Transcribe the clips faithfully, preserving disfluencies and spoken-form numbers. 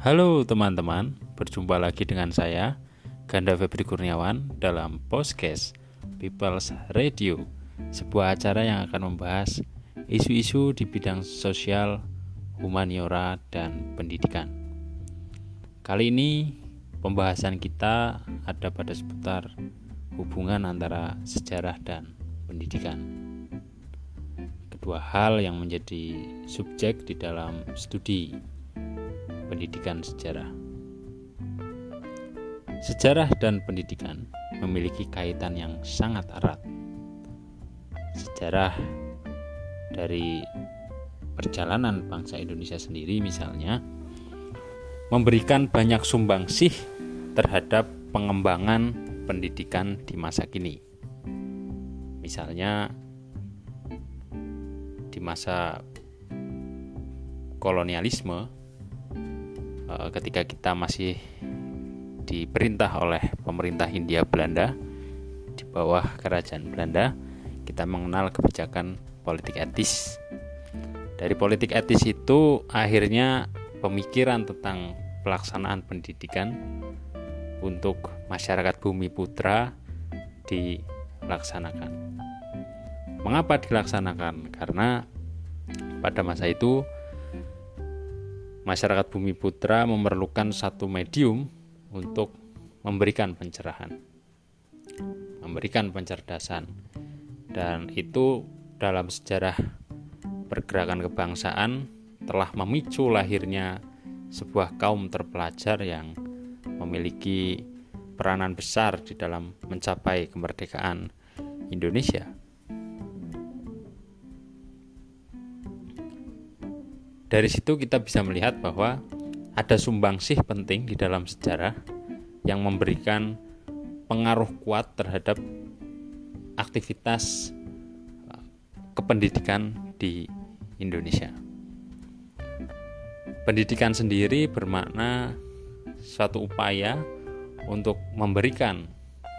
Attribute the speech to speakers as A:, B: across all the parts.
A: Halo teman-teman, berjumpa lagi dengan saya Ganda Febri Kurniawan dalam podcast People's Radio, sebuah acara yang akan membahas isu-isu di bidang sosial, humaniora, dan pendidikan. Kali ini pembahasan kita ada pada seputar hubungan antara sejarah dan pendidikan. Kedua hal yang menjadi subjek di dalam studi pendidikan sejarah. Sejarah dan pendidikan memiliki kaitan yang sangat erat. Sejarah dari perjalanan bangsa Indonesia sendiri misalnya memberikan banyak sumbangsih terhadap pengembangan pendidikan di masa kini. Misalnya di masa kolonialisme, ketika kita masih diperintah oleh pemerintah Hindia Belanda di bawah kerajaan Belanda, kita mengenal kebijakan politik etis. Dari politik etis itu akhirnya pemikiran tentang pelaksanaan pendidikan untuk masyarakat Bumi Putra dilaksanakan. Mengapa dilaksanakan? Karena pada masa itu masyarakat Bumi Putra memerlukan satu medium untuk memberikan pencerahan, memberikan pencerdasan, dan itu dalam sejarah pergerakan kebangsaan telah memicu lahirnya sebuah kaum terpelajar yang memiliki peranan besar di dalam mencapai kemerdekaan Indonesia. Dari situ kita bisa melihat bahwa ada sumbangsih penting di dalam sejarah yang memberikan pengaruh kuat terhadap aktivitas kependidikan di Indonesia. Pendidikan sendiri bermakna suatu upaya untuk memberikan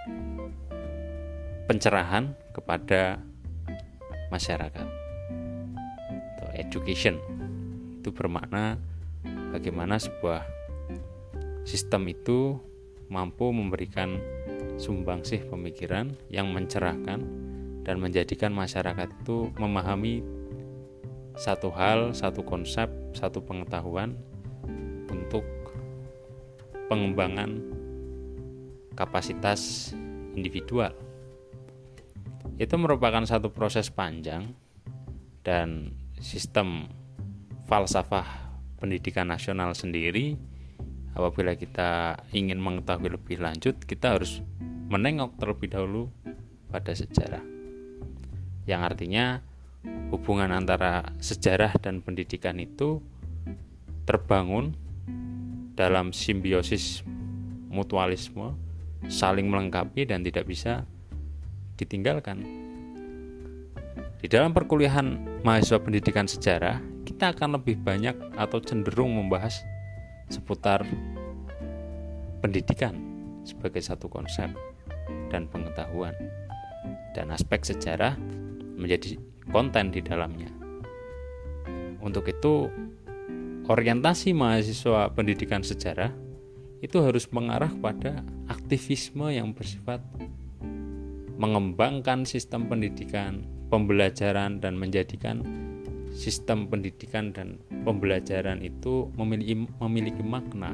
A: pencerahan kepada masyarakat atau education. Itu bermakna bagaimana sebuah sistem itu mampu memberikan sumbangsih pemikiran yang mencerahkan dan menjadikan masyarakat itu memahami satu hal, satu konsep, satu pengetahuan untuk pengembangan kapasitas individual. Itu merupakan satu proses panjang, dan sistem falsafah pendidikan nasional sendiri, apabila kita ingin mengetahui lebih lanjut, kita harus menengok terlebih dahulu pada sejarah, yang artinya hubungan antara sejarah dan pendidikan itu terbangun dalam simbiosis mutualisme, saling melengkapi dan tidak bisa ditinggalkan. Di dalam perkuliahan mahasiswa pendidikan sejarah, kita akan lebih banyak atau cenderung membahas seputar pendidikan sebagai satu konsep dan pengetahuan, dan aspek sejarah menjadi konten di dalamnya. Untuk itu, orientasi mahasiswa pendidikan sejarah itu harus mengarah pada aktivisme yang bersifat mengembangkan sistem pendidikan, pembelajaran, dan menjadikan sistem pendidikan dan pembelajaran itu memiliki, memiliki makna.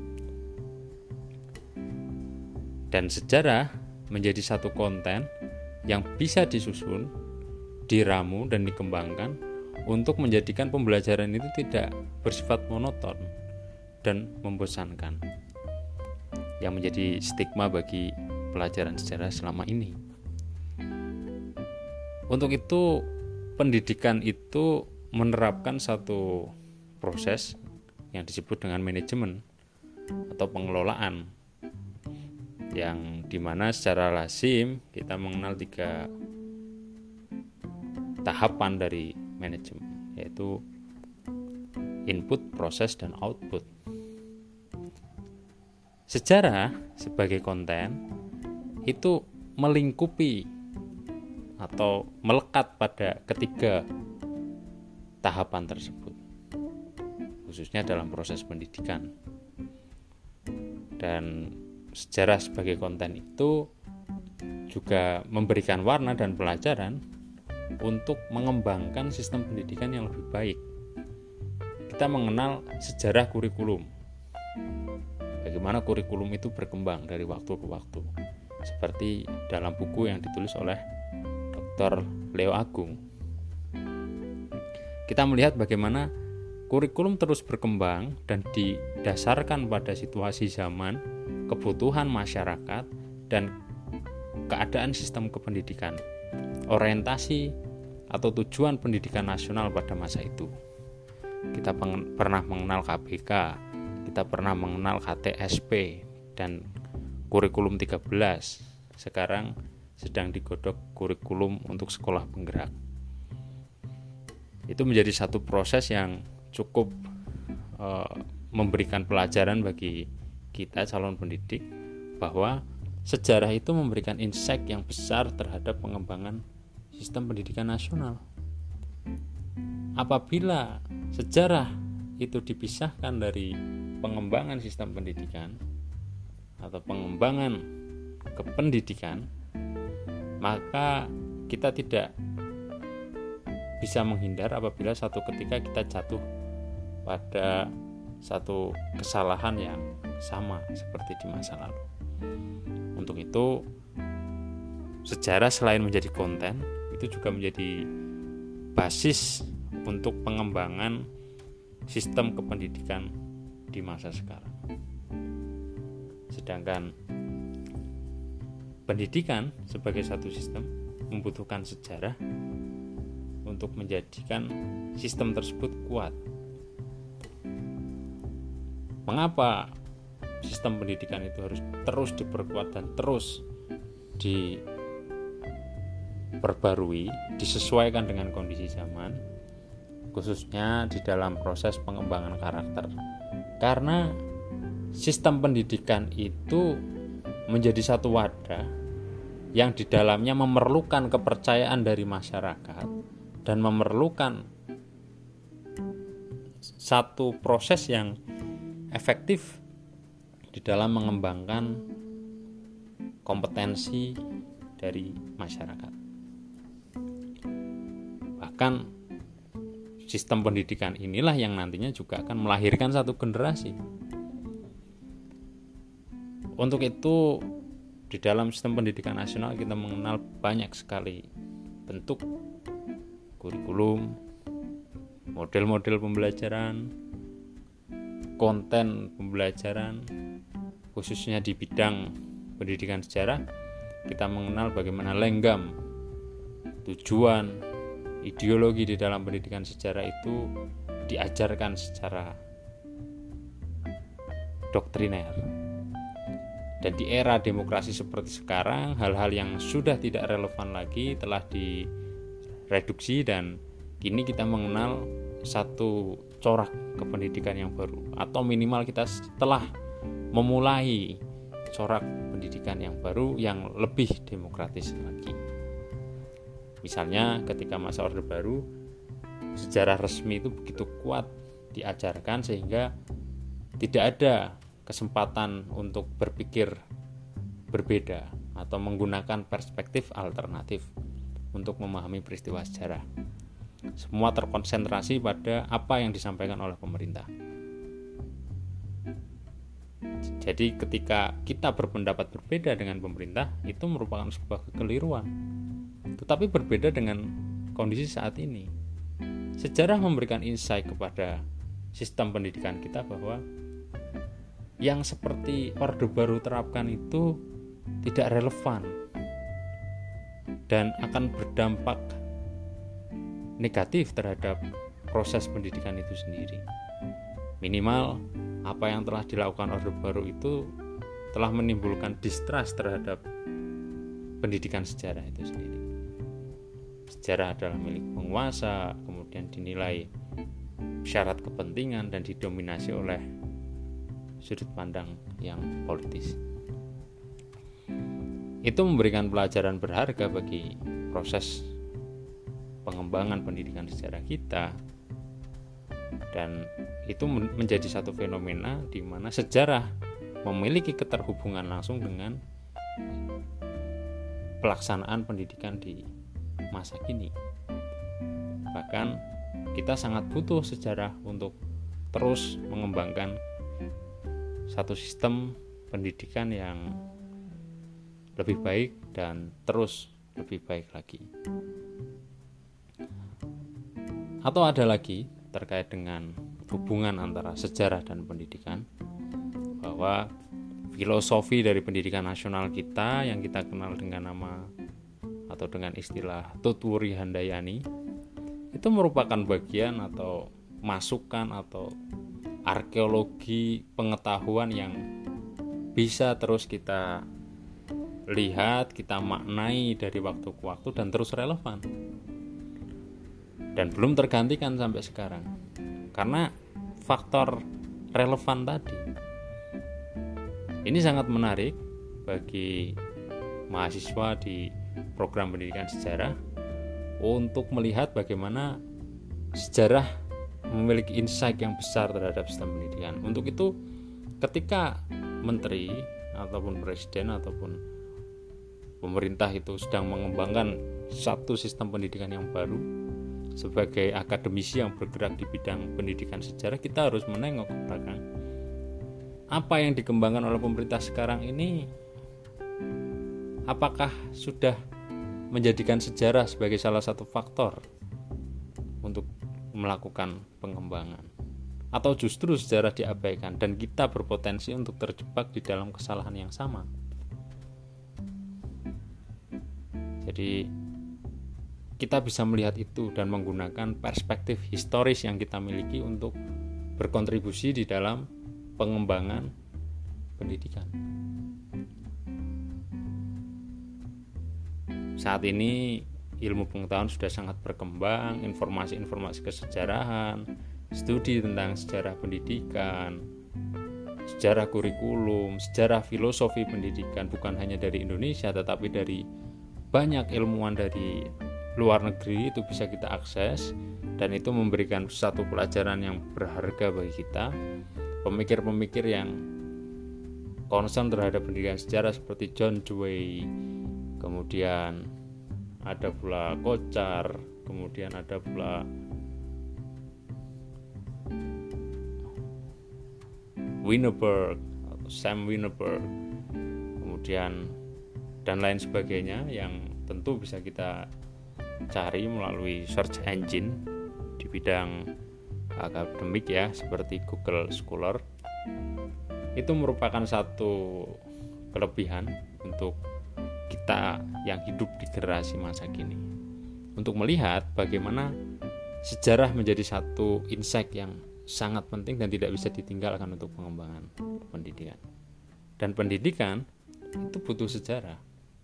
A: Dan sejarah menjadi satu konten yang bisa disusun, diramu, dan dikembangkan untuk menjadikan pembelajaran itu tidak bersifat monoton dan membosankan, yang menjadi stigma bagi pelajaran sejarah selama ini. Untuk itu, pendidikan itu menerapkan satu proses yang disebut dengan manajemen atau pengelolaan, yang dimana secara lazim kita mengenal tiga tahapan dari manajemen, yaitu input, proses, dan output. Sejarah sebagai konten itu melingkupi atau melekat pada ketiga tahapan tersebut, khususnya dalam proses pendidikan. Dan sejarah sebagai konten itu juga memberikan warna dan pelajaran untuk mengembangkan sistem pendidikan yang lebih baik. Kita mengenal sejarah kurikulum, bagaimana kurikulum itu berkembang dari waktu ke waktu, seperti dalam buku yang ditulis oleh doktor Leo Agung. Kita melihat bagaimana kurikulum terus berkembang dan didasarkan pada situasi zaman, kebutuhan masyarakat, dan keadaan sistem kependidikan, orientasi atau tujuan pendidikan nasional pada masa itu. Kita peng- pernah mengenal K B K, kita pernah mengenal K T S P dan kurikulum tiga belas. Sekarang sedang digodok kurikulum untuk sekolah penggerak. Itu menjadi satu proses yang cukup uh, memberikan pelajaran bagi kita calon pendidik, bahwa sejarah itu memberikan insight yang besar terhadap pengembangan sistem pendidikan nasional. Apabila sejarah itu dipisahkan dari pengembangan sistem pendidikan atau pengembangan kependidikan, maka kita tidak bisa menghindar apabila satu ketika kita jatuh pada satu kesalahan yang sama seperti di masa lalu. Untuk itu, sejarah selain menjadi konten, itu juga menjadi basis untuk pengembangan sistem kependidikan di masa sekarang. Sedangkan pendidikan sebagai satu sistem membutuhkan sejarah untuk menjadikan sistem tersebut kuat. Mengapa sistem pendidikan itu harus terus diperkuat dan terus diperbarui, disesuaikan dengan kondisi zaman, khususnya di dalam proses pengembangan karakter? Karena sistem pendidikan itu menjadi satu wadah yang di dalamnya memerlukan kepercayaan dari masyarakat dan memerlukan satu proses yang efektif di dalam mengembangkan kompetensi dari masyarakat. Bahkan sistem pendidikan inilah yang nantinya juga akan melahirkan satu generasi. Untuk itu, di dalam sistem pendidikan nasional kita mengenal banyak sekali bentuk kurikulum, model-model pembelajaran, konten pembelajaran, khususnya di bidang pendidikan sejarah. Kita mengenal bagaimana lenggam, tujuan, ideologi di dalam pendidikan sejarah itu diajarkan secara doktriner. Dan di era demokrasi seperti sekarang, hal-hal yang sudah tidak relevan lagi telah direduksi dan kini kita mengenal satu corak kependidikan yang baru, atau minimal kita telah memulai corak pendidikan yang baru yang lebih demokratis lagi. Misalnya ketika masa Orde Baru, sejarah resmi itu begitu kuat diajarkan sehingga tidak ada kesempatan untuk berpikir berbeda atau menggunakan perspektif alternatif untuk memahami peristiwa sejarah. Semua terkonsentrasi pada apa yang disampaikan oleh pemerintah. Jadi ketika kita berpendapat berbeda dengan pemerintah, itu merupakan sebuah kekeliruan. Tetapi berbeda dengan kondisi saat ini. Sejarah memberikan insight kepada sistem pendidikan kita bahwa yang seperti Orde Baru terapkan itu tidak relevan dan akan berdampak negatif terhadap proses pendidikan itu sendiri. Minimal apa yang telah dilakukan Orde Baru itu telah menimbulkan distrust terhadap pendidikan sejarah itu sendiri. Sejarah adalah milik penguasa, kemudian dinilai syarat kepentingan dan didominasi oleh sudut pandang yang politis. Itu memberikan pelajaran berharga bagi proses pengembangan pendidikan sejarah kita, dan itu menjadi satu fenomena di mana sejarah memiliki keterhubungan langsung dengan pelaksanaan pendidikan di masa kini. Bahkan kita sangat butuh sejarah untuk terus mengembangkan satu sistem pendidikan yang lebih baik dan terus lebih baik lagi. Atau ada lagi terkait dengan hubungan antara sejarah dan pendidikan, bahwa filosofi dari pendidikan nasional kita yang kita kenal dengan nama atau dengan istilah Tutwuri Handayani itu merupakan bagian atau masukan atau arkeologi pengetahuan yang bisa terus kita lihat, kita maknai dari waktu ke waktu dan terus relevan. Dan belum tergantikan sampai sekarang. Karena faktor relevan tadi. Ini sangat menarik bagi mahasiswa di program pendidikan sejarah untuk melihat bagaimana sejarah memiliki insight yang besar terhadap sistem pendidikan. Untuk itu, ketika menteri ataupun presiden ataupun pemerintah itu sedang mengembangkan satu sistem pendidikan yang baru, sebagai akademisi yang bergerak di bidang pendidikan sejarah, kita harus menengok ke belakang. Apa yang dikembangkan oleh pemerintah sekarang ini, apakah sudah menjadikan sejarah sebagai salah satu faktor untuk melakukan pengembangan, atau justru sejarah diabaikan dan kita berpotensi untuk terjebak di dalam kesalahan yang sama? Jadi kita bisa melihat itu dan menggunakan perspektif historis yang kita miliki untuk berkontribusi di dalam pengembangan pendidikan. Saat ini ilmu pengetahuan sudah sangat berkembang, informasi-informasi kesejarahan, studi tentang sejarah pendidikan, sejarah kurikulum, sejarah filosofi pendidikan bukan hanya dari Indonesia tetapi dari banyak ilmuwan dari luar negeri itu bisa kita akses, dan itu memberikan satu pelajaran yang berharga bagi kita. Pemikir-pemikir yang concern terhadap pendidikan sejarah seperti John Dewey, kemudian ada pula Kocar, kemudian ada pula Wienerberg atau Sam Wienerberg, kemudian dan lain sebagainya yang tentu bisa kita cari melalui search engine di bidang akademik ya, seperti Google Scholar. Itu merupakan satu kelebihan untuk kita yang hidup di generasi masa kini, untuk melihat bagaimana sejarah menjadi satu insight yang sangat penting dan tidak bisa ditinggalkan untuk pengembangan pendidikan. Dan pendidikan itu butuh sejarah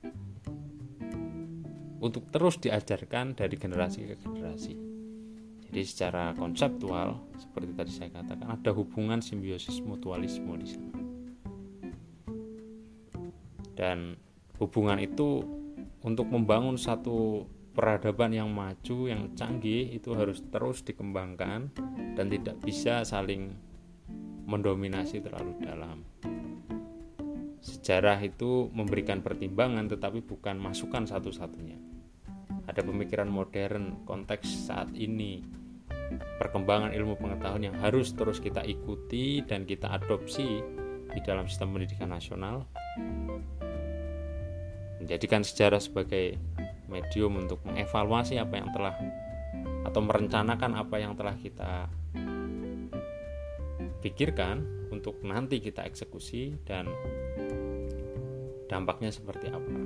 A: untuk terus diajarkan dari generasi ke generasi. Jadi secara konseptual, seperti tadi saya katakan, ada hubungan simbiosis mutualisme di sana. Dan hubungan itu untuk membangun satu peradaban yang maju, yang canggih, itu harus terus dikembangkan dan tidak bisa saling mendominasi terlalu dalam. Sejarah itu memberikan pertimbangan tetapi bukan masukan satu-satunya. Ada pemikiran modern, konteks saat ini, perkembangan ilmu pengetahuan yang harus terus kita ikuti dan kita adopsi di dalam sistem pendidikan nasional, menjadikan sejarah sebagai medium untuk mengevaluasi apa yang telah atau merencanakan apa yang telah kita pikirkan untuk nanti kita eksekusi dan dampaknya seperti apa.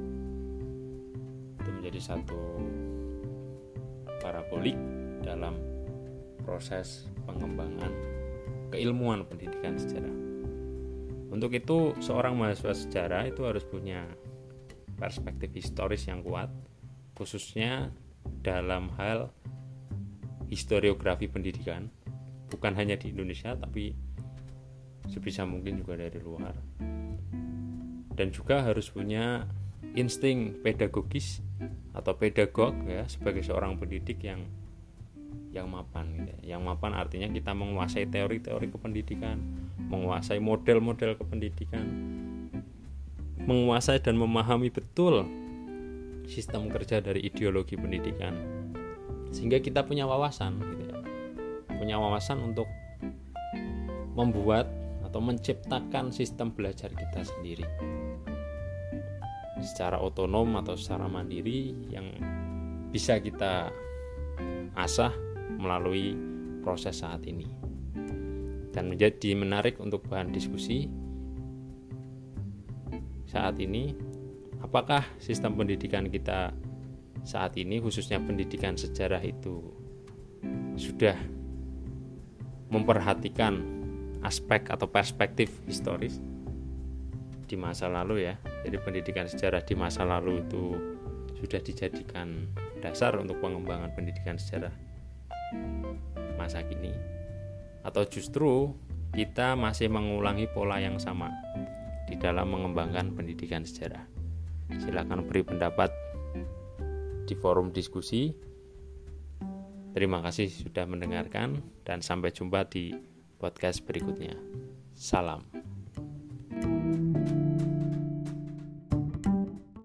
A: Itu menjadi satu parabolik dalam proses pengembangan keilmuan pendidikan sejarah. Untuk itu seorang mahasiswa sejarah itu harus punya perspektif historis yang kuat, khususnya dalam hal historiografi pendidikan, bukan hanya di Indonesia tapi sebisa mungkin juga dari luar. Dan juga harus punya insting pedagogis atau pedagog ya, sebagai seorang pendidik yang yang mapan gitu ya. Yang mapan artinya kita menguasai teori-teori kependidikan, menguasai model-model kependidikan, menguasai dan memahami betul sistem kerja dari ideologi pendidikan, sehingga kita punya wawasan gitu ya. Punya wawasan untuk membuat atau menciptakan sistem belajar kita sendiri secara otonom atau secara mandiri yang bisa kita asah melalui proses saat ini. Dan menjadi menarik untuk bahan diskusi saat ini, apakah sistem pendidikan kita saat ini, khususnya pendidikan sejarah itu, sudah memperhatikan aspek atau perspektif historis di masa lalu ya. Jadi pendidikan sejarah di masa lalu itu sudah dijadikan dasar untuk pengembangan pendidikan sejarah masa kini, atau justru kita masih mengulangi pola yang sama di dalam mengembangkan pendidikan sejarah. Silakan beri pendapat di forum diskusi. Terima kasih sudah mendengarkan dan sampai jumpa di podcast berikutnya. Salam.